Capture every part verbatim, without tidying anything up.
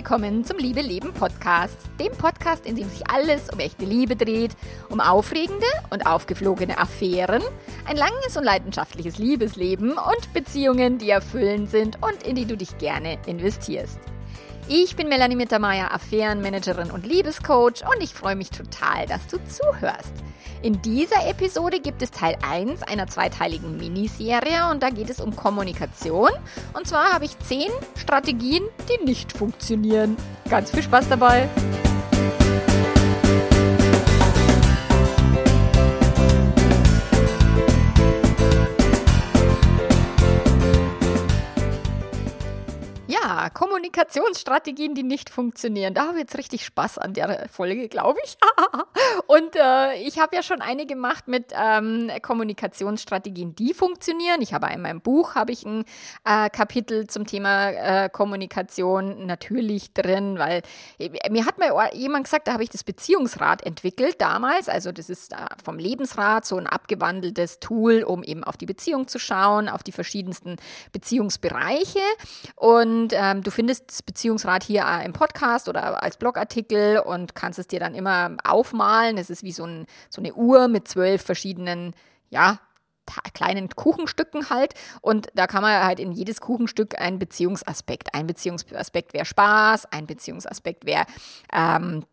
willkommen zum Liebe Leben Podcast, dem Podcast, in dem sich alles um echte Liebe dreht, um aufregende und aufgeflogene Affären, ein langes und leidenschaftliches Liebesleben und Beziehungen, die erfüllend sind und in die du dich gerne investierst. Ich bin Melanie Mittermeier, Affärenmanagerin und Liebescoach und ich freue mich total, dass du zuhörst. In dieser Episode gibt es Teil eins einer zweiteiligen Miniserie und da geht es um Kommunikation. Und zwar habe ich zehn Strategien, die nicht funktionieren. Ganz viel Spaß dabei! Ja, Kommunikationsstrategien, die nicht funktionieren. Da habe ich jetzt richtig Spaß an der Folge, glaube ich. Und äh, ich habe ja schon eine gemacht mit ähm, Kommunikationsstrategien, die funktionieren. Ich habe in meinem Buch habe ich ein äh, Kapitel zum Thema äh, Kommunikation natürlich drin, weil äh, mir hat mal jemand gesagt, da habe ich das Beziehungsrad entwickelt damals. Also das ist äh, vom Lebensrat so ein abgewandeltes Tool, um eben auf die Beziehung zu schauen, auf die verschiedensten Beziehungsbereiche. Und ähm, du findest das Beziehungsrad hier äh, im Podcast oder als Blogartikel und kannst es dir dann immer aufmalen. Es ist wie so, ein, so eine Uhr mit zwölf verschiedenen, ja, ta- kleinen Kuchenstücken halt. Und da kann man halt in jedes Kuchenstück einen Beziehungsaspekt. Ein Beziehungsaspekt wäre Spaß, ein Beziehungsaspekt wäre ähm,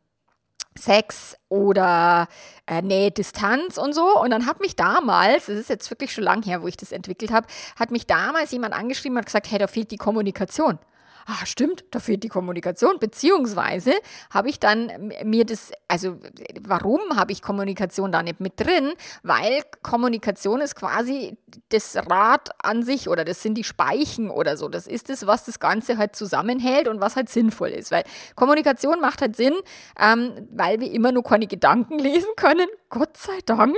Sex oder äh, Nähe, Distanz und so. Und dann hat mich damals, das ist jetzt wirklich schon lang her, wo ich das entwickelt habe, hat mich damals jemand angeschrieben und gesagt, hey, da fehlt die Kommunikation. Ah, stimmt, da fehlt die Kommunikation, beziehungsweise habe ich dann mir das, also warum habe ich Kommunikation da nicht mit drin? Weil Kommunikation ist quasi das Rad an sich oder das sind die Speichen oder so. Das ist es, was das Ganze halt zusammenhält und was halt sinnvoll ist. Weil Kommunikation macht halt Sinn, ähm, weil wir immer nur keine Gedanken lesen können, Gott sei Dank.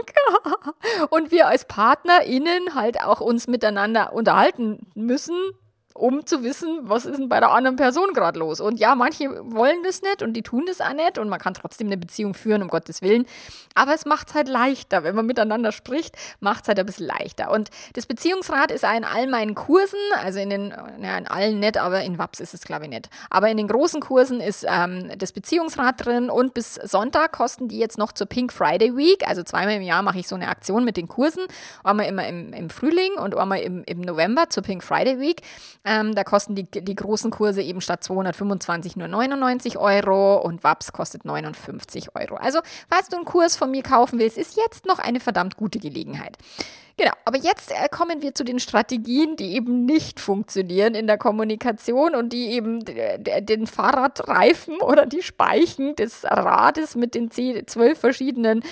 Und wir als PartnerInnen halt auch uns miteinander unterhalten müssen, um zu wissen, was ist denn bei der anderen Person gerade los. Und ja, manche wollen das nicht und die tun das auch nicht und man kann trotzdem eine Beziehung führen, um Gottes Willen. Aber es macht es halt leichter, wenn man miteinander spricht, macht es halt ein bisschen leichter. Und das Beziehungsrad ist auch in all meinen Kursen, also in den, naja, in allen nicht, aber in W A P S ist es glaube ich nicht. Aber in den großen Kursen ist ähm, das Beziehungsrad drin und bis Sonntag kosten die jetzt noch zur Pink Friday Week. Also zweimal im Jahr mache ich so eine Aktion mit den Kursen. Einmal immer im, im Frühling und einmal im, im November zur Pink Friday Week. Ähm, da kosten die, die großen Kurse eben statt zweihundertfünfundzwanzig nur neunundneunzig Euro und W A P S kostet neunundfünfzig Euro. Also, falls du einen Kurs von mir kaufen willst, ist jetzt noch eine verdammt gute Gelegenheit. Genau, aber jetzt äh, kommen wir zu den Strategien, die eben nicht funktionieren in der Kommunikation und die eben d- d- den Fahrradreifen oder die Speichen des Rades mit den zehn, zwölf verschiedenen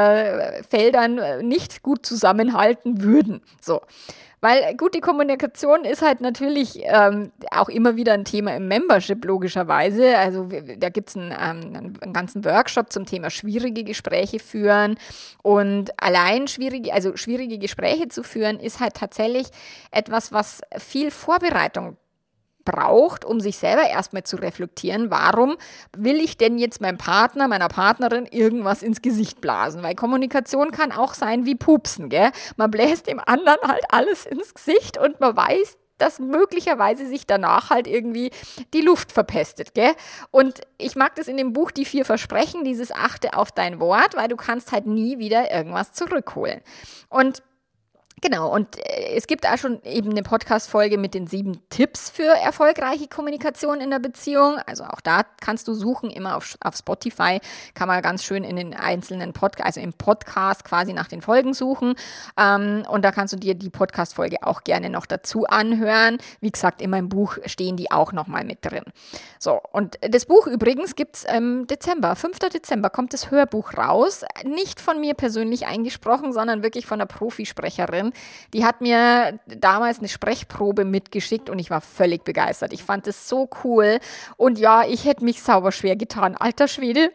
äh, Feldern äh, nicht gut zusammenhalten würden. So. Weil gute Kommunikation ist halt natürlich ähm, auch immer wieder ein Thema im Membership, logischerweise. Also wir, da gibt es einen, ähm, einen ganzen Workshop zum Thema schwierige Gespräche führen. Und allein schwierige, also schwierige Gespräche zu führen, ist halt tatsächlich etwas, was viel Vorbereitung braucht, um sich selber erstmal zu reflektieren, warum will ich denn jetzt meinem Partner, meiner Partnerin irgendwas ins Gesicht blasen? Weil Kommunikation kann auch sein wie Pupsen, gell? Man bläst dem anderen halt alles ins Gesicht und man weiß, dass möglicherweise sich danach halt irgendwie die Luft verpestet, gell? Und ich mag das in dem Buch, die vier Versprechen, dieses achte auf dein Wort, weil du kannst halt nie wieder irgendwas zurückholen. Und Genau, und äh, es gibt auch schon eben eine Podcast-Folge mit den sieben Tipps für erfolgreiche Kommunikation in der Beziehung. Also auch da kannst du suchen, immer auf, auf Spotify kann man ganz schön in den einzelnen Podcasts, also im Podcast quasi nach den Folgen suchen. Ähm, und da kannst du dir die Podcast-Folge auch gerne noch dazu anhören. Wie gesagt, in meinem Buch stehen die auch nochmal mit drin. So, und das Buch übrigens gibt's im Dezember, fünften Dezember kommt das Hörbuch raus. Nicht von mir persönlich eingesprochen, sondern wirklich von einer Profisprecherin. Die hat mir damals eine Sprechprobe mitgeschickt und ich war völlig begeistert. Ich fand es so cool und ja, ich hätte mich sauber schwer getan. Alter Schwede.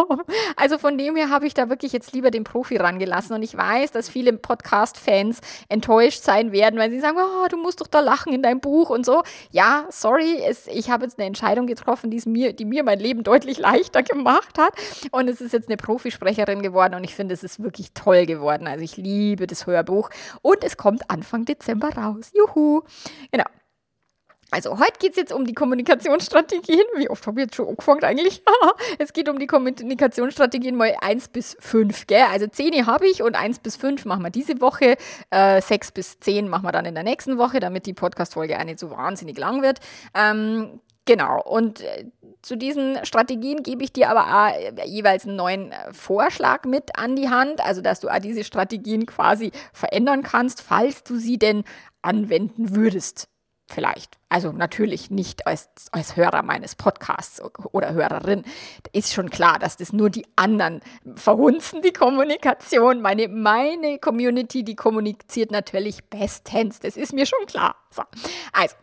Also von dem her habe ich da wirklich jetzt lieber den Profi rangelassen und ich weiß, dass viele Podcast-Fans enttäuscht sein werden, weil sie sagen, oh, du musst doch da lachen in deinem Buch und so. Ja, sorry, es, ich habe jetzt eine Entscheidung getroffen, die, es mir, die mir mein Leben deutlich leichter gemacht hat und es ist jetzt eine Profisprecherin geworden und ich finde, es ist wirklich toll geworden. Also ich liebe das Hörbuch. Und es kommt Anfang Dezember raus. Juhu. Genau. Also heute geht es jetzt um die Kommunikationsstrategien. Wie oft habe ich jetzt schon angefangen eigentlich? Es geht um die Kommunikationsstrategien mal eins bis fünf. Gell? Also zehn habe ich und eins bis fünf machen wir diese Woche. Äh, sechs bis zehn machen wir dann in der nächsten Woche, damit die Podcast-Folge auch nicht so wahnsinnig lang wird. Ähm, genau, und äh, zu diesen Strategien gebe ich dir aber auch äh, jeweils einen neuen äh, Vorschlag mit an die Hand. Also dass du auch diese Strategien quasi verändern kannst, falls du sie denn anwenden würdest. Vielleicht. Also natürlich nicht als, als Hörer meines Podcasts oder Hörerin. Ist schon klar, dass das nur die anderen verhunzen, die Kommunikation. Meine, meine Community, die kommuniziert natürlich bestens. Das ist mir schon klar. So. Also,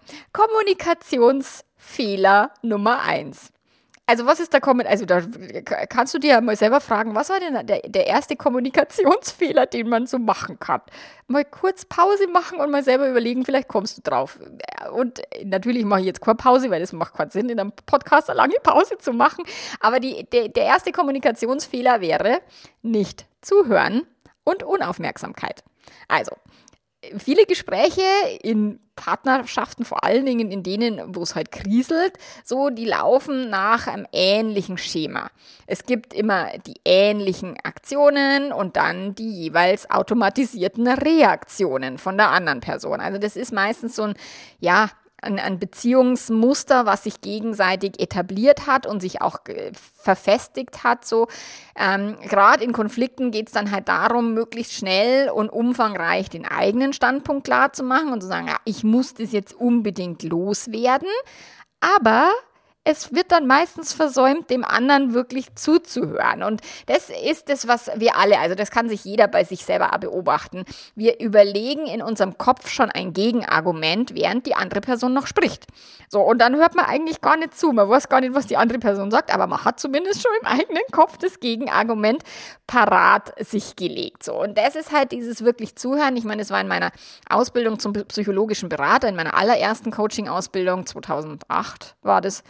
Kommunikationsfehler Nummer eins. Also was ist der Kommen? Also da kannst du dir mal selber fragen, was war denn der, der erste Kommunikationsfehler, den man so machen kann? Mal kurz Pause machen und mal selber überlegen, vielleicht kommst du drauf. Und natürlich mache ich jetzt keine Pause, weil das macht keinen Sinn, in einem Podcast eine lange Pause zu machen. Aber die, der, der erste Kommunikationsfehler wäre nicht zuhören und Unaufmerksamkeit. Also viele Gespräche in Partnerschaften, vor allen Dingen in denen, wo es halt kriselt, so, die laufen nach einem ähnlichen Schema. Es gibt immer die ähnlichen Aktionen und dann die jeweils automatisierten Reaktionen von der anderen Person. Also das ist meistens so ein, ja, Ein, ein Beziehungsmuster, was sich gegenseitig etabliert hat und sich auch äh, verfestigt hat. So ähm, gerade in Konflikten geht es dann halt darum, möglichst schnell und umfangreich den eigenen Standpunkt klar zu machen und zu sagen, ja, ich muss das jetzt unbedingt loswerden, aber es wird dann meistens versäumt, dem anderen wirklich zuzuhören. Und das ist das, was wir alle, also das kann sich jeder bei sich selber beobachten. Wir überlegen in unserem Kopf schon ein Gegenargument, während die andere Person noch spricht. So, und dann hört man eigentlich gar nicht zu. Man weiß gar nicht, was die andere Person sagt, aber man hat zumindest schon im eigenen Kopf das Gegenargument parat sich gelegt. So, und das ist halt dieses wirklich Zuhören. Ich meine, das war in meiner Ausbildung zum psychologischen Berater, in meiner allerersten Coaching-Ausbildung, zweitausendacht war das.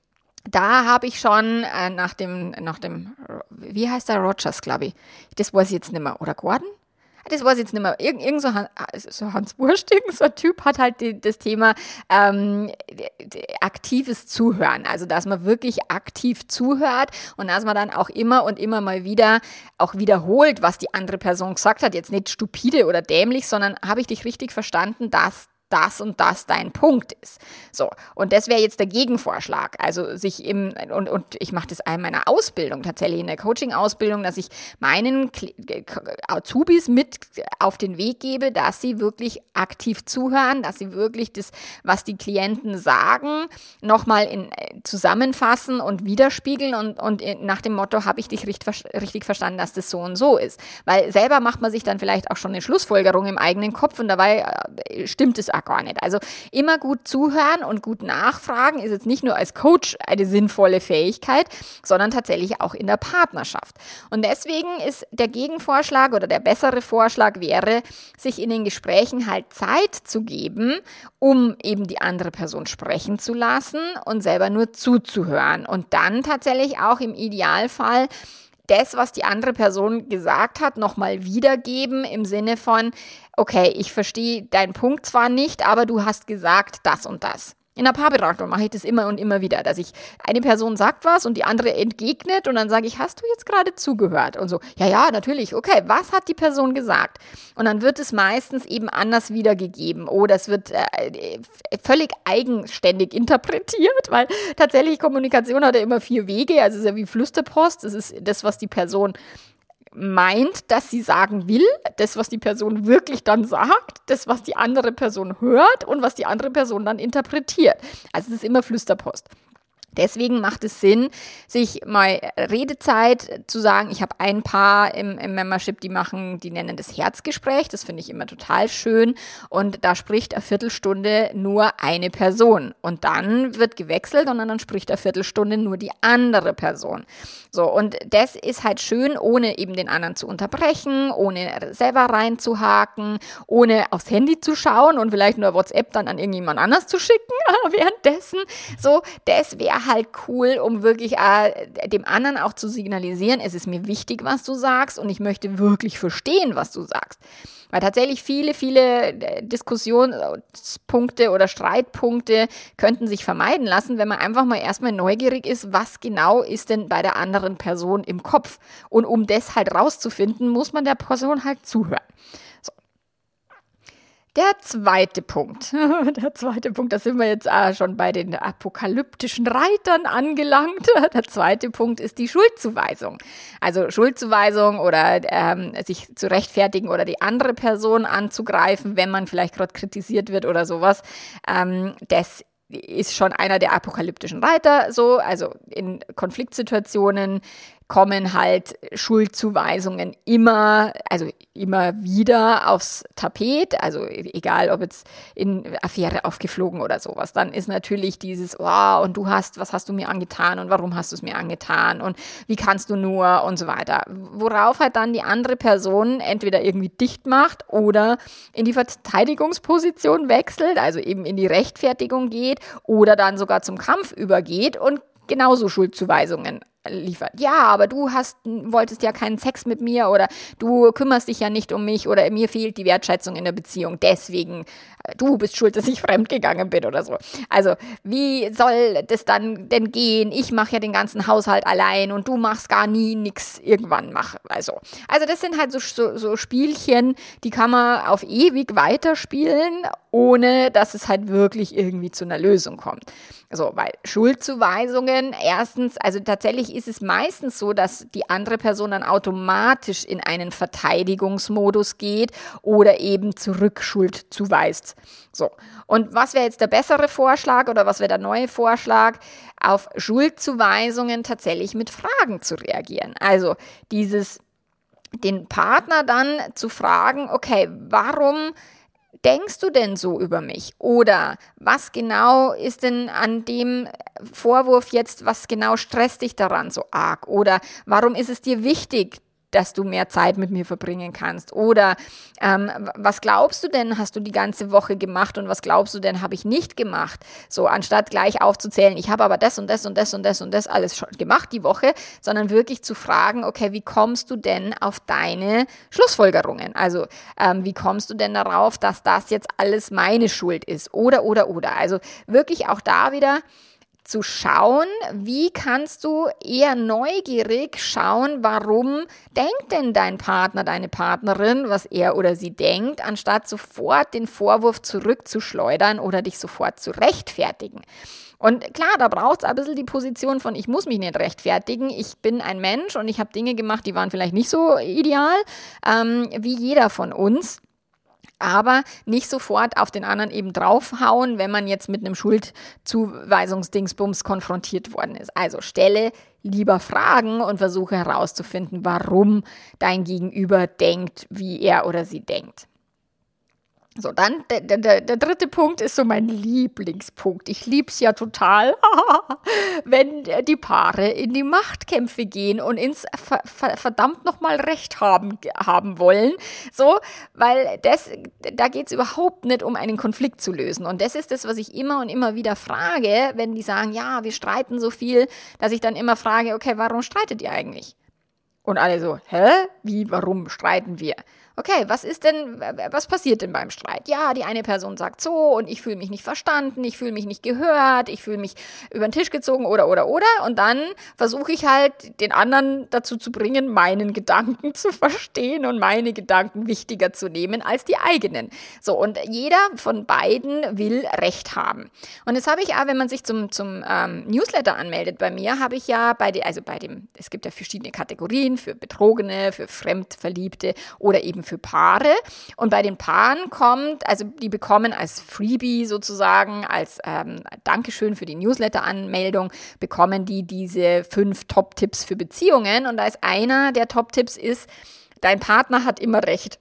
Da habe ich schon äh, nach dem, nach dem, wie heißt der, Rogers, glaube ich, das weiß ich jetzt nicht mehr, oder Gordon? Das weiß ich jetzt nicht mehr. Irgend, irgend so, Han, so Hans Wurst, irgend so ein Typ hat halt die, das Thema ähm, aktives Zuhören. Also, dass man wirklich aktiv zuhört und dass man dann auch immer und immer mal wieder auch wiederholt, was die andere Person gesagt hat. Jetzt nicht stupide oder dämlich, sondern habe ich dich richtig verstanden, dass das und das dein Punkt ist. So, und das wäre jetzt der Gegenvorschlag. Also sich im, und, und ich mache das auch in meiner Ausbildung, tatsächlich in der Coaching-Ausbildung, dass ich meinen Azubis mit auf den Weg gebe, dass sie wirklich aktiv zuhören, dass sie wirklich das, was die Klienten sagen, nochmal in, zusammenfassen und widerspiegeln und, und nach dem Motto, habe ich dich richtig, richtig verstanden, dass das so und so ist. Weil selber macht man sich dann vielleicht auch schon eine Schlussfolgerung im eigenen Kopf und dabei stimmt es auch gar nicht. Also immer gut zuhören und gut nachfragen ist jetzt nicht nur als Coach eine sinnvolle Fähigkeit, sondern tatsächlich auch in der Partnerschaft. Und deswegen ist der Gegenvorschlag oder der bessere Vorschlag wäre, sich in den Gesprächen halt Zeit zu geben, um eben die andere Person sprechen zu lassen und selber nur zuzuhören. Und dann tatsächlich auch im Idealfall das, was die andere Person gesagt hat, nochmal wiedergeben im Sinne von, okay, ich verstehe deinen Punkt zwar nicht, aber du hast gesagt das und das. In der Paarberatung mache ich das immer und immer wieder, dass ich, eine Person sagt was und die andere entgegnet und dann sage ich, hast du jetzt gerade zugehört? Und so, ja, ja, natürlich, okay, was hat die Person gesagt? Und dann wird es meistens eben anders wiedergegeben oder es wird äh, völlig eigenständig interpretiert, weil tatsächlich Kommunikation hat ja immer vier Wege, also es ist ja wie Flüsterpost, es ist das, was die Person meint, dass sie sagen will, das, was die Person wirklich dann sagt, das, was die andere Person hört und was die andere Person dann interpretiert. Also es ist immer Flüsterpost. Deswegen macht es Sinn, sich mal Redezeit zu sagen. Ich habe ein Paar im, im Membership, die machen, die nennen das Herzgespräch. Das finde ich immer total schön. Und da spricht eine Viertelstunde nur eine Person. Und dann wird gewechselt und dann spricht eine Viertelstunde nur die andere Person. So, und das ist halt schön, ohne eben den anderen zu unterbrechen, ohne selber reinzuhaken, ohne aufs Handy zu schauen und vielleicht nur WhatsApp dann an irgendjemand anders zu schicken währenddessen. So, das wäre halt cool, um wirklich äh, dem anderen auch zu signalisieren, es ist mir wichtig, was du sagst und ich möchte wirklich verstehen, was du sagst. Weil tatsächlich viele, viele Diskussionspunkte oder Streitpunkte könnten sich vermeiden lassen, wenn man einfach mal erstmal neugierig ist, was genau ist denn bei der anderen Person im Kopf. Und um das halt rauszufinden, muss man der Person halt zuhören. So. Der zweite Punkt, der zweite Punkt, da sind wir jetzt äh, schon bei den apokalyptischen Reitern angelangt. Der zweite Punkt ist die Schuldzuweisung. Also Schuldzuweisung oder ähm, sich zu rechtfertigen oder die andere Person anzugreifen, wenn man vielleicht gerade kritisiert wird oder sowas. Ähm, das ist schon einer der apokalyptischen Reiter so, also in Konfliktsituationen kommen halt Schuldzuweisungen immer, also immer wieder aufs Tapet, also egal, ob jetzt in Affäre aufgeflogen oder sowas, dann ist natürlich dieses, oh, und du hast, was hast du mir angetan und warum hast du es mir angetan und wie kannst du nur und so weiter, worauf halt dann die andere Person entweder irgendwie dicht macht oder in die Verteidigungsposition wechselt, also eben in die Rechtfertigung geht oder dann sogar zum Kampf übergeht und genauso Schuldzuweisungen liefert. Ja, aber du hast, wolltest ja keinen Sex mit mir oder du kümmerst dich ja nicht um mich oder mir fehlt die Wertschätzung in der Beziehung. Deswegen, du bist schuld, dass ich fremdgegangen bin oder so. Also, wie soll das dann denn gehen? Ich mache ja den ganzen Haushalt allein und du machst gar nie nichts irgendwann mach. Also, also das sind halt so, so, so Spielchen, die kann man auf ewig weiterspielen, ohne dass es halt wirklich irgendwie zu einer Lösung kommt. So, weil Schuldzuweisungen, erstens, also tatsächlich ist es meistens so, dass die andere Person dann automatisch in einen Verteidigungsmodus geht oder eben zurück Schuld zuweist. So, und was wäre jetzt der bessere Vorschlag oder was wäre der neue Vorschlag? Auf Schuldzuweisungen tatsächlich mit Fragen zu reagieren. Also dieses, den Partner dann zu fragen, okay, warum denkst du denn so über mich? Oder was genau ist denn an dem Vorwurf jetzt, was genau stresst dich daran so arg? Oder warum ist es dir wichtig, dass du mehr Zeit mit mir verbringen kannst? Oder ähm, was glaubst du denn, hast du die ganze Woche gemacht und was glaubst du denn, habe ich nicht gemacht? So, anstatt gleich aufzuzählen, ich habe aber das und das und das und das und das alles schon gemacht die Woche, sondern wirklich zu fragen, okay, wie kommst du denn auf deine Schlussfolgerungen? Also, ähm, wie kommst du denn darauf, dass das jetzt alles meine Schuld ist? Oder, oder, oder. Also wirklich auch da wieder zu schauen, wie kannst du eher neugierig schauen, warum denkt denn dein Partner, deine Partnerin, was er oder sie denkt, anstatt sofort den Vorwurf zurückzuschleudern oder dich sofort zu rechtfertigen. Und klar, da braucht es ein bisschen die Position von, ich muss mich nicht rechtfertigen, ich bin ein Mensch und ich habe Dinge gemacht, die waren vielleicht nicht so ideal, ähm, wie jeder von uns. Aber nicht sofort auf den anderen eben draufhauen, wenn man jetzt mit einem Schuldzuweisungsdingsbums konfrontiert worden ist. Also stelle lieber Fragen und versuche herauszufinden, warum dein Gegenüber denkt, wie er oder sie denkt. So, dann der, der, der dritte Punkt ist so mein Lieblingspunkt. Ich lieb's ja total, wenn die Paare in die Machtkämpfe gehen und ins ver, ver, verdammt nochmal Recht haben, haben wollen. So, weil das, da geht's überhaupt nicht um einen Konflikt zu lösen. Und das ist das, was ich immer und immer wieder frage, wenn die sagen, ja, wir streiten so viel, dass ich dann immer frage, okay, warum streitet ihr eigentlich? Und alle so, hä? Wie, warum streiten wir? Okay, was ist denn, was passiert denn beim Streit? Ja, die eine Person sagt so und ich fühle mich nicht verstanden, ich fühle mich nicht gehört, ich fühle mich über den Tisch gezogen oder, oder, oder. Und dann versuche ich halt, den anderen dazu zu bringen, meinen Gedanken zu verstehen und meine Gedanken wichtiger zu nehmen als die eigenen. So, und jeder von beiden will Recht haben. Und das habe ich auch, wenn man sich zum, zum ähm, Newsletter anmeldet bei mir, habe ich ja bei, de, also bei dem, es gibt ja verschiedene Kategorien für Betrogene, für Fremdverliebte oder eben für Paare. Und bei den Paaren kommt, also die bekommen als Freebie sozusagen, als ähm, Dankeschön für die Newsletter-Anmeldung, bekommen die diese fünf Top-Tipps für Beziehungen. Und da ist einer der Top-Tipps ist, dein Partner hat immer recht.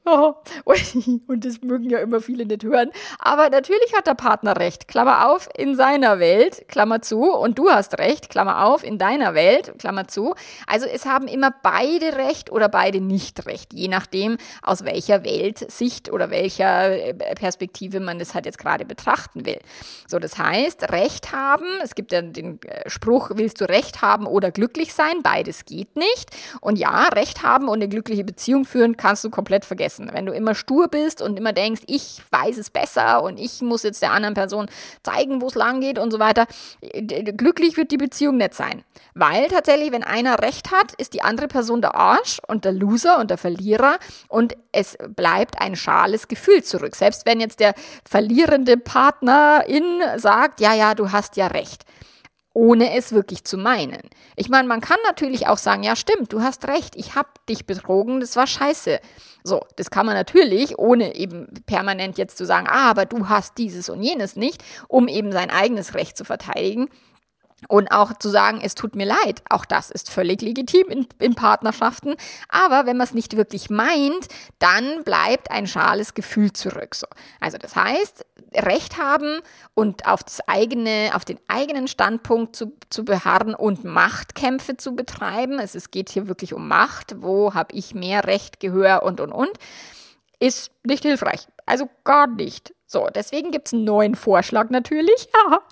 Und das mögen ja immer viele nicht hören. Aber natürlich hat der Partner recht. Klammer auf, in seiner Welt, Klammer zu. Und du hast recht, Klammer auf, in deiner Welt, Klammer zu. Also es haben immer beide recht oder beide nicht recht. Je nachdem, aus welcher Weltsicht oder welcher Perspektive man das halt jetzt gerade betrachten will. So, das heißt, Recht haben, es gibt ja den Spruch, willst du Recht haben oder glücklich sein? Beides geht nicht. Und ja, Recht haben und eine glückliche Beziehung führen kannst du komplett vergessen. Wenn du immer stur bist und immer denkst, ich weiß es besser und ich muss jetzt der anderen Person zeigen, wo es lang geht und so weiter, glücklich wird die Beziehung nicht sein. Weil tatsächlich, wenn einer Recht hat, ist die andere Person der Arsch und der Loser und der Verlierer und es bleibt ein schales Gefühl zurück. Selbst wenn jetzt der verlierende Partnerin sagt, ja, ja, du hast ja recht. Ohne es wirklich zu meinen. Ich meine, man kann natürlich auch sagen, ja stimmt, du hast recht, ich habe dich betrogen, das war scheiße. So, das kann man natürlich, ohne eben permanent jetzt zu sagen, ah, aber du hast dieses und jenes nicht, um eben sein eigenes Recht zu verteidigen. Und auch zu sagen, es tut mir leid, auch das ist völlig legitim in, in Partnerschaften. Aber wenn man es nicht wirklich meint, dann bleibt ein schales Gefühl zurück. So. Also das heißt, Recht haben und auf das eigene, auf den eigenen Standpunkt zu, zu beharren und Machtkämpfe zu betreiben. Es, es geht hier wirklich um Macht. Wo habe ich mehr Recht, Gehör und, und, und. Ist nicht hilfreich. Also gar nicht. So, deswegen gibt es einen neuen Vorschlag natürlich.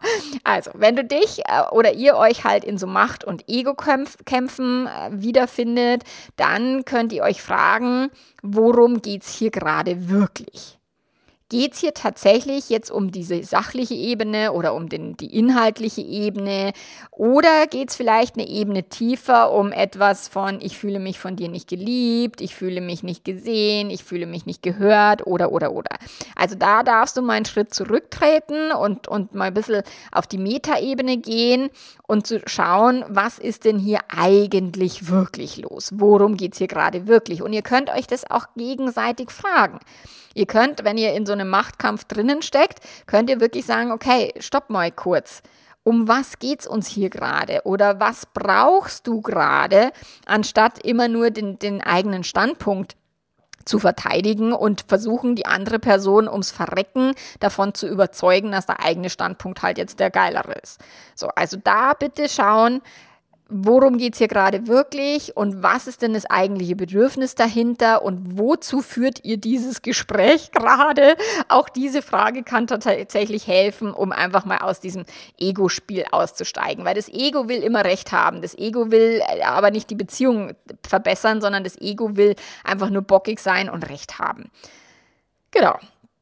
Also, wenn du dich äh, oder ihr euch halt in so Macht- und Ego-Kämpfen äh, wiederfindet, dann könnt ihr euch fragen, worum geht es hier gerade wirklich? Geht es hier tatsächlich jetzt um diese sachliche Ebene oder um den, die inhaltliche Ebene oder geht es vielleicht eine Ebene tiefer um etwas von, ich fühle mich von dir nicht geliebt, ich fühle mich nicht gesehen, ich fühle mich nicht gehört oder, oder, oder. Also da darfst du mal einen Schritt zurücktreten und, und mal ein bisschen auf die Metaebene gehen und zu schauen, was ist denn hier eigentlich wirklich los? Worum geht es hier gerade wirklich? Und ihr könnt euch das auch gegenseitig fragen. Ihr könnt, wenn ihr in so einem Machtkampf drinnen steckt, könnt ihr wirklich sagen, okay, stopp mal kurz. Um was geht's uns hier gerade? Oder was brauchst du gerade, anstatt immer nur den, den eigenen Standpunkt zu verteidigen und versuchen, die andere Person ums Verrecken davon zu überzeugen, dass der eigene Standpunkt halt jetzt der geilere ist. So, also da bitte schauen, worum geht es hier gerade wirklich und was ist denn das eigentliche Bedürfnis dahinter und wozu führt ihr dieses Gespräch gerade? Auch diese Frage kann tatsächlich helfen, um einfach mal aus diesem Ego-Spiel auszusteigen, weil das Ego will immer Recht haben. Das Ego will aber nicht die Beziehung verbessern, sondern das Ego will einfach nur bockig sein und Recht haben. Genau.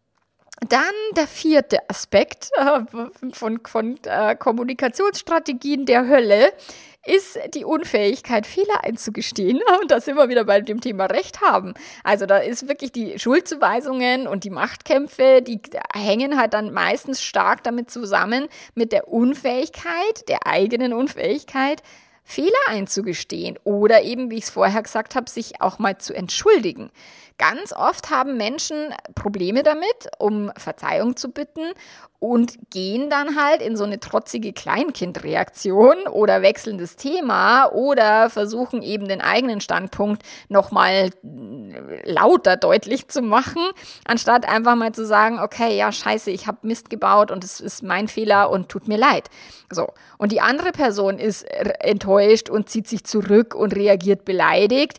Dann der vierte Aspekt äh, von, von äh, Kommunikationsstrategien der Hölle ist die Unfähigkeit, Fehler einzugestehen. Und da sind wir wieder bei dem Thema Recht haben. Also da ist wirklich die Schuldzuweisungen und die Machtkämpfe, die hängen halt dann meistens stark damit zusammen, mit der Unfähigkeit, der eigenen Unfähigkeit, Fehler einzugestehen oder eben, wie ich es vorher gesagt habe, sich auch mal zu entschuldigen. Ganz oft haben Menschen Probleme damit, um Verzeihung zu bitten und gehen dann halt in so eine trotzige Kleinkindreaktion oder wechseln das Thema oder versuchen eben den eigenen Standpunkt nochmal lauter deutlich zu machen, anstatt einfach mal zu sagen, okay, ja, scheiße, ich habe Mist gebaut und es ist mein Fehler und tut mir leid. So. Und die andere Person ist enttäuscht und zieht sich zurück und reagiert beleidigt.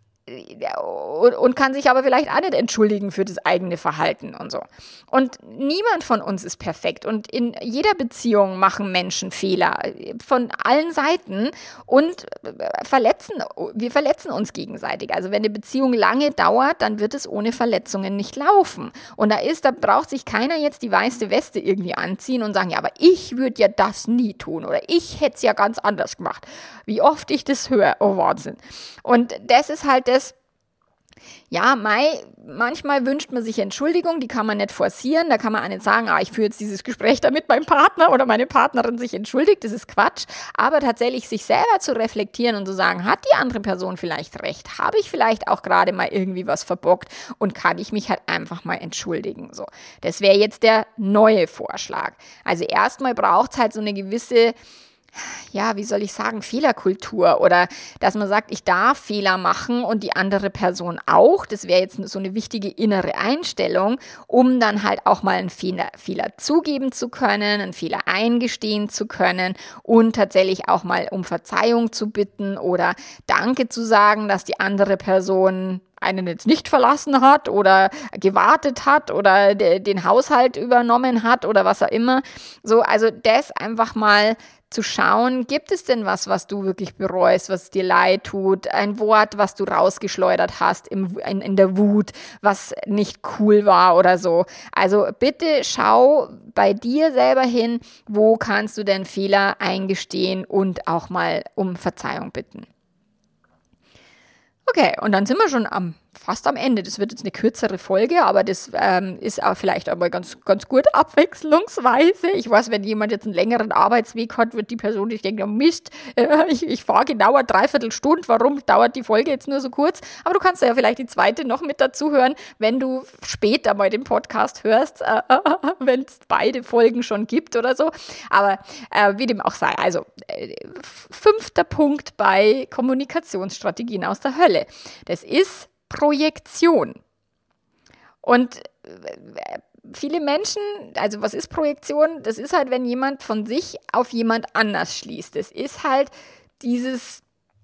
Und kann sich aber vielleicht auch nicht entschuldigen für das eigene Verhalten und so. Und niemand von uns ist perfekt. Und in jeder Beziehung machen Menschen Fehler von allen Seiten und verletzen, wir verletzen uns gegenseitig. Also wenn eine Beziehung lange dauert, dann wird es ohne Verletzungen nicht laufen. Und da ist, da braucht sich keiner jetzt die weiße Weste irgendwie anziehen und sagen, ja, aber ich würde ja das nie tun oder ich hätte es ja ganz anders gemacht. Wie oft ich das höre, oh Wahnsinn. Und das ist halt das, ja, Mai, manchmal wünscht man sich Entschuldigung, die kann man nicht forcieren, da kann man auch nicht sagen, ah, ich führe jetzt dieses Gespräch, damit mein Partner oder meine Partnerin sich entschuldigt, das ist Quatsch, aber tatsächlich sich selber zu reflektieren und zu sagen, hat die andere Person vielleicht recht, habe ich vielleicht auch gerade mal irgendwie was verbockt und kann ich mich halt einfach mal entschuldigen, so. Das wäre jetzt der neue Vorschlag. Also erstmal braucht es halt so eine gewisse ja, wie soll ich sagen, Fehlerkultur oder dass man sagt, ich darf Fehler machen und die andere Person auch. Das wäre jetzt so eine wichtige innere Einstellung, um dann halt auch mal einen Fehler, Fehler zugeben zu können, einen Fehler eingestehen zu können und tatsächlich auch mal um Verzeihung zu bitten oder Danke zu sagen, dass die andere Person einen jetzt nicht verlassen hat oder gewartet hat oder de, den Haushalt übernommen hat oder was auch immer. So, also das einfach mal zu schauen, gibt es denn was, was du wirklich bereust, was dir leid tut, ein Wort, was du rausgeschleudert hast im, in, in der Wut, was nicht cool war oder so. Also bitte schau bei dir selber hin, wo kannst du denn Fehler eingestehen und auch mal um Verzeihung bitten. Okay, und dann sind wir schon am fast am Ende. Das wird jetzt eine kürzere Folge, aber das ähm, ist auch vielleicht einmal ganz, ganz gut abwechslungsweise. Ich weiß, wenn jemand jetzt einen längeren Arbeitsweg hat, wird die Person sich denken, oh Mist, äh, ich, ich fahre genau eine Dreiviertelstunde, warum dauert die Folge jetzt nur so kurz? Aber du kannst ja vielleicht die zweite noch mit dazu hören, wenn du später mal den Podcast hörst, äh, äh, wenn es beide Folgen schon gibt oder so. Aber äh, wie dem auch sei, also äh, fünfter Punkt bei Kommunikationsstrategien aus der Hölle. Das ist Projektion. Und viele Menschen, also was ist Projektion? Das ist halt, wenn jemand von sich auf jemand anders schließt. Das ist halt dieses,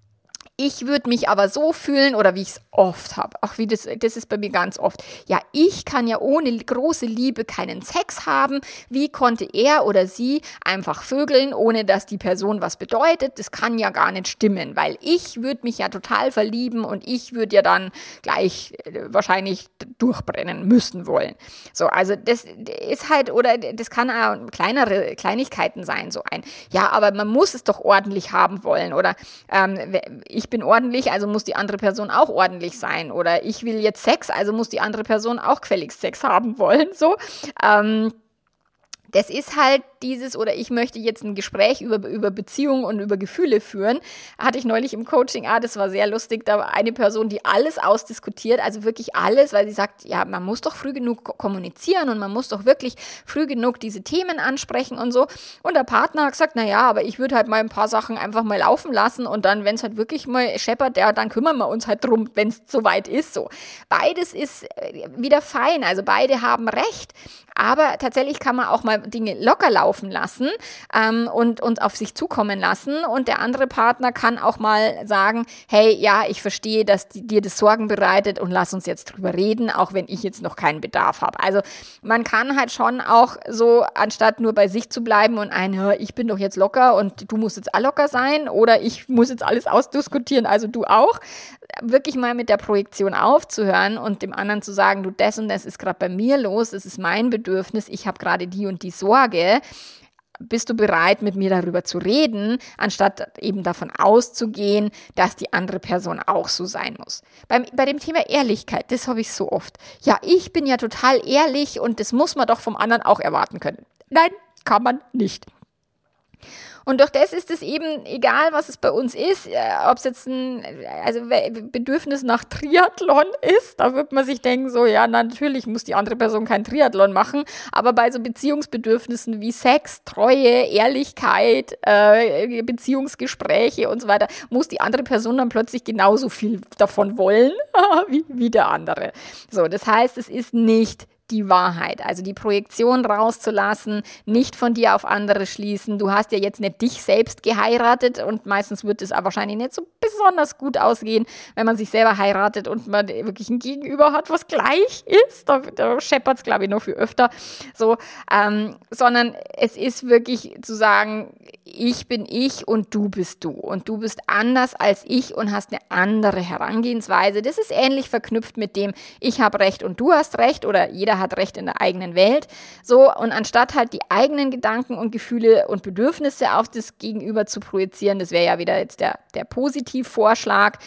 ich würde mich aber so fühlen oder wie ich es oft habe. Auch wie das, das ist bei mir ganz oft. Ja, ich kann ja ohne große Liebe keinen Sex haben. Wie konnte er oder sie einfach vögeln, ohne dass die Person was bedeutet? Das kann ja gar nicht stimmen, weil ich würde mich ja total verlieben und ich würde ja dann gleich äh, wahrscheinlich durchbrennen müssen wollen. So, also das ist halt, oder das kann auch kleinere Kleinigkeiten sein, so ein, ja, aber man muss es doch ordentlich haben wollen oder ähm, ich bin ordentlich, also muss die andere Person auch ordentlich sein. Oder ich will jetzt Sex, also muss die andere Person auch gefälligst Sex haben wollen. So, ähm, das ist halt dieses, oder ich möchte jetzt ein Gespräch über, über Beziehungen und über Gefühle führen. Hatte ich neulich im Coaching, ah, das war sehr lustig, da war eine Person, die alles ausdiskutiert, also wirklich alles, weil sie sagt, ja, man muss doch früh genug kommunizieren und man muss doch wirklich früh genug diese Themen ansprechen und so. Und der Partner hat gesagt, naja, aber ich würde halt mal ein paar Sachen einfach mal laufen lassen und dann, wenn es halt wirklich mal scheppert, ja, dann kümmern wir uns halt drum, wenn es soweit ist, so. Beides ist wieder fein, also beide haben recht, aber tatsächlich kann man auch mal Dinge locker laufen lassen ähm, und, und auf sich zukommen lassen. Und der andere Partner kann auch mal sagen, hey, ja, ich verstehe, dass die, dir das Sorgen bereitet und lass uns jetzt drüber reden, auch wenn ich jetzt noch keinen Bedarf habe. Also man kann halt schon auch so, anstatt nur bei sich zu bleiben und ein, ich bin doch jetzt locker und du musst jetzt auch locker sein oder ich muss jetzt alles ausdiskutieren, also du auch, wirklich mal mit der Projektion aufzuhören und dem anderen zu sagen, du, das und das ist gerade bei mir los, das ist mein Bedürfnis, ich habe gerade die und die Sorge, bist du bereit, mit mir darüber zu reden, anstatt eben davon auszugehen, dass die andere Person auch so sein muss. Beim, bei dem Thema Ehrlichkeit, das habe ich so oft. Ja, ich bin ja total ehrlich und das muss man doch vom anderen auch erwarten können. Nein, kann man nicht. Und durch das ist es eben egal, was es bei uns ist, äh, ob es jetzt ein also Bedürfnis nach Triathlon ist, da wird man sich denken, so ja, natürlich muss die andere Person kein Triathlon machen, aber bei so Beziehungsbedürfnissen wie Sex, Treue, Ehrlichkeit, äh, Beziehungsgespräche und so weiter, muss die andere Person dann plötzlich genauso viel davon wollen wie, wie der andere. So, das heißt, es ist nicht die Wahrheit, also die Projektion rauszulassen, nicht von dir auf andere schließen. Du hast ja jetzt nicht dich selbst geheiratet und meistens wird es auch wahrscheinlich nicht so besonders gut ausgehen, wenn man sich selber heiratet und man wirklich ein Gegenüber hat, was gleich ist. Da, da scheppert es, glaube ich, noch viel öfter. So, ähm, sondern es ist wirklich zu sagen, ich bin ich und du bist du. Und du bist anders als ich und hast eine andere Herangehensweise. Das ist ähnlich verknüpft mit dem, ich habe Recht und du hast Recht oder jeder hat Recht in der eigenen Welt. So, und anstatt halt die eigenen Gedanken und Gefühle und Bedürfnisse auf das Gegenüber zu projizieren, das wäre ja wieder jetzt der, der Positivvorschlag,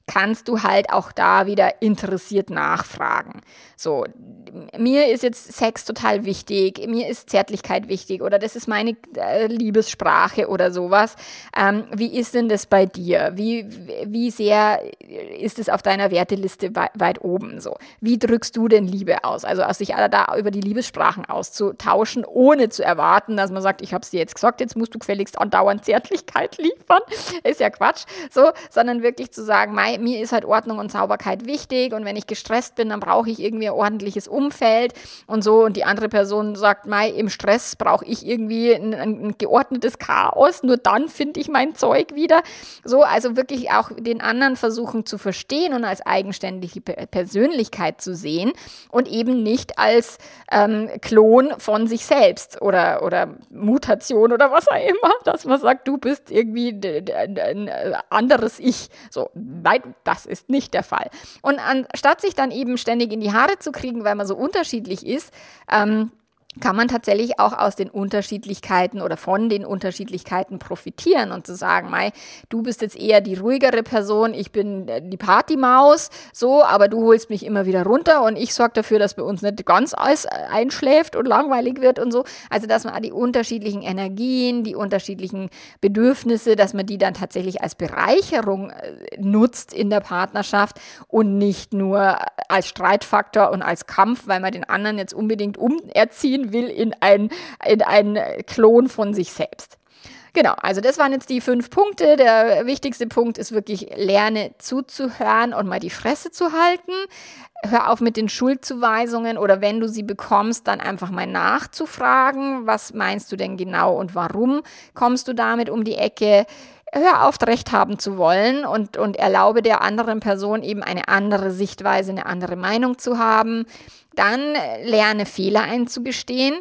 kannst du halt auch da wieder interessiert nachfragen. So, mir ist jetzt Sex total wichtig, mir ist Zärtlichkeit wichtig oder das ist meine äh, Liebessprache oder sowas. Ähm, wie ist denn das bei dir? Wie, wie sehr ist es auf deiner Werteliste weit, weit oben so? Wie drückst du denn Liebe aus? Also aus sich da über die Liebessprachen auszutauschen, ohne zu erwarten, dass man sagt, ich habe es dir jetzt gesagt, jetzt musst du gefälligst andauernd Zärtlichkeit liefern. Ist ja Quatsch. So, sondern wirklich zu sagen, mei, mir ist halt Ordnung und Sauberkeit wichtig und wenn ich gestresst bin, dann brauche ich irgendwie ein ordentliches Umfeld und so und die andere Person sagt, mei, im Stress brauche ich irgendwie ein, ein geordnetes Chaos, nur dann finde ich mein Zeug wieder. So, also wirklich auch den anderen versuchen zu verstehen und als eigenständige Persönlichkeit zu sehen und eben nicht als ähm, Klon von sich selbst oder, oder Mutation oder was auch immer, dass man sagt, du bist irgendwie ein anderes Ich. So, nein, das ist nicht der Fall. Und anstatt sich dann eben ständig in die Haare zu kriegen, weil man so unterschiedlich ist, ähm, kann man tatsächlich auch aus den Unterschiedlichkeiten oder von den Unterschiedlichkeiten profitieren und zu sagen, Mai, du bist jetzt eher die ruhigere Person, ich bin die Partymaus, so, aber du holst mich immer wieder runter und ich sorge dafür, dass bei uns nicht ganz alles einschläft und langweilig wird und so. Also, dass man die unterschiedlichen Energien, die unterschiedlichen Bedürfnisse, dass man die dann tatsächlich als Bereicherung nutzt in der Partnerschaft und nicht nur als Streitfaktor und als Kampf, weil man den anderen jetzt unbedingt umerziehen will in ein, in ein Klon von sich selbst. Genau, also das waren jetzt die fünf Punkte. Der wichtigste Punkt ist wirklich, lerne zuzuhören und mal die Fresse zu halten. Hör auf mit den Schuldzuweisungen oder wenn du sie bekommst, dann einfach mal nachzufragen. Was meinst du denn genau und warum kommst du damit um die Ecke? Hör auf, Recht haben zu wollen und, und erlaube der anderen Person eben eine andere Sichtweise, eine andere Meinung zu haben. Dann lerne Fehler einzugestehen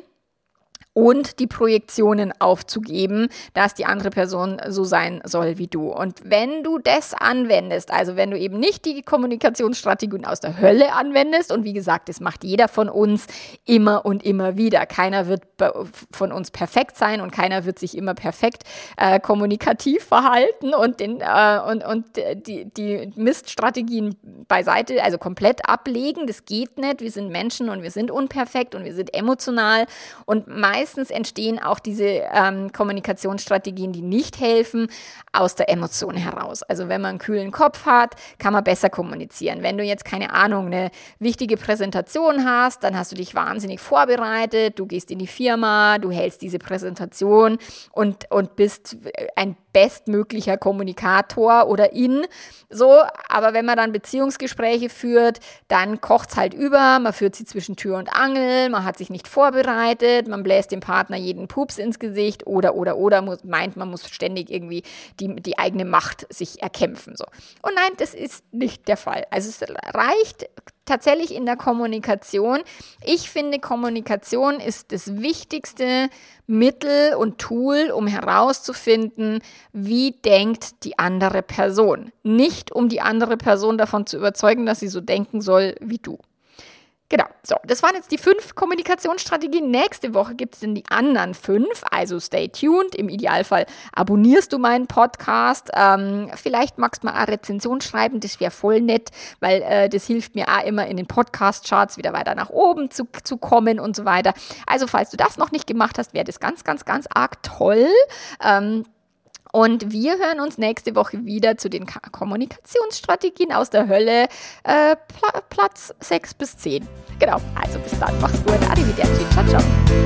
und die Projektionen aufzugeben, dass die andere Person so sein soll wie du. Und wenn du das anwendest, also wenn du eben nicht die Kommunikationsstrategien aus der Hölle anwendest, und wie gesagt, das macht jeder von uns immer und immer wieder. Keiner wird von uns perfekt sein und keiner wird sich immer perfekt äh, kommunikativ verhalten und, den, äh, und, und die, die Miststrategien beiseite, also komplett ablegen. Das geht nicht. Wir sind Menschen und wir sind unperfekt und wir sind emotional und meistens Meistens entstehen auch diese ähm, Kommunikationsstrategien, die nicht helfen, aus der Emotion heraus. Also wenn man einen kühlen Kopf hat, kann man besser kommunizieren. Wenn du jetzt, keine Ahnung, eine wichtige Präsentation hast, dann hast du dich wahnsinnig vorbereitet, du gehst in die Firma, du hältst diese Präsentation und, und bist ein bestmöglicher Kommunikator oder in, so, aber wenn man dann Beziehungsgespräche führt, dann kocht's halt über, man führt sie zwischen Tür und Angel, man hat sich nicht vorbereitet, man bläst dem Partner jeden Pups ins Gesicht oder, oder, oder muss, meint, man muss ständig irgendwie die, die eigene Macht sich erkämpfen, so. Und nein, das ist nicht der Fall. Also es reicht tatsächlich in der Kommunikation. Ich finde, Kommunikation ist das wichtigste Mittel und Tool, um herauszufinden, wie denkt die andere Person. Nicht, um die andere Person davon zu überzeugen, dass sie so denken soll wie du. Genau, so, das waren jetzt die fünf Kommunikationsstrategien. Nächste Woche gibt es dann die anderen fünf, also stay tuned. Im Idealfall abonnierst du meinen Podcast. Ähm, vielleicht magst du mal eine Rezension schreiben, das wäre voll nett, weil äh, das hilft mir auch immer in den Podcast-Charts wieder weiter nach oben zu, zu kommen und so weiter. Also falls du das noch nicht gemacht hast, wäre das ganz, ganz, ganz arg toll. Ähm, Und wir hören uns nächste Woche wieder zu den Kommunikationsstrategien aus der Hölle, äh, Pla- Platz sechs bis zehn. Genau, also bis dann, mach's gut, arrivederci, ciao, ciao.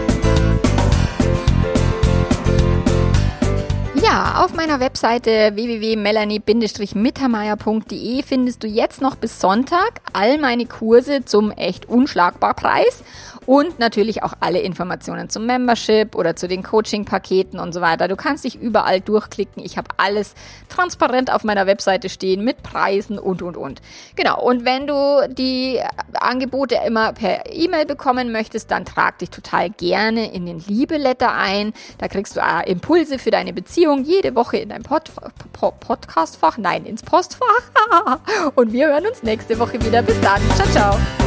Ja, auf meiner Webseite w w w punkt melanie mittermeier punkt d e findest du jetzt noch bis Sonntag all meine Kurse zum echt unschlagbar Preis und natürlich auch alle Informationen zum Membership oder zu den Coaching-Paketen und so weiter. Du kannst dich überall durchklicken. Ich habe alles transparent auf meiner Webseite stehen mit Preisen und, und, und. Genau, und wenn du die Angebote immer per E-Mail bekommen möchtest, dann trag dich total gerne in den Liebe-Letter ein. Da kriegst du auch Impulse für deine Beziehung jede Woche in dein Pod- Pod- Podcastfach, nein, ins Postfach. Und wir hören uns nächste Woche wieder. Bis dann. Ciao, ciao.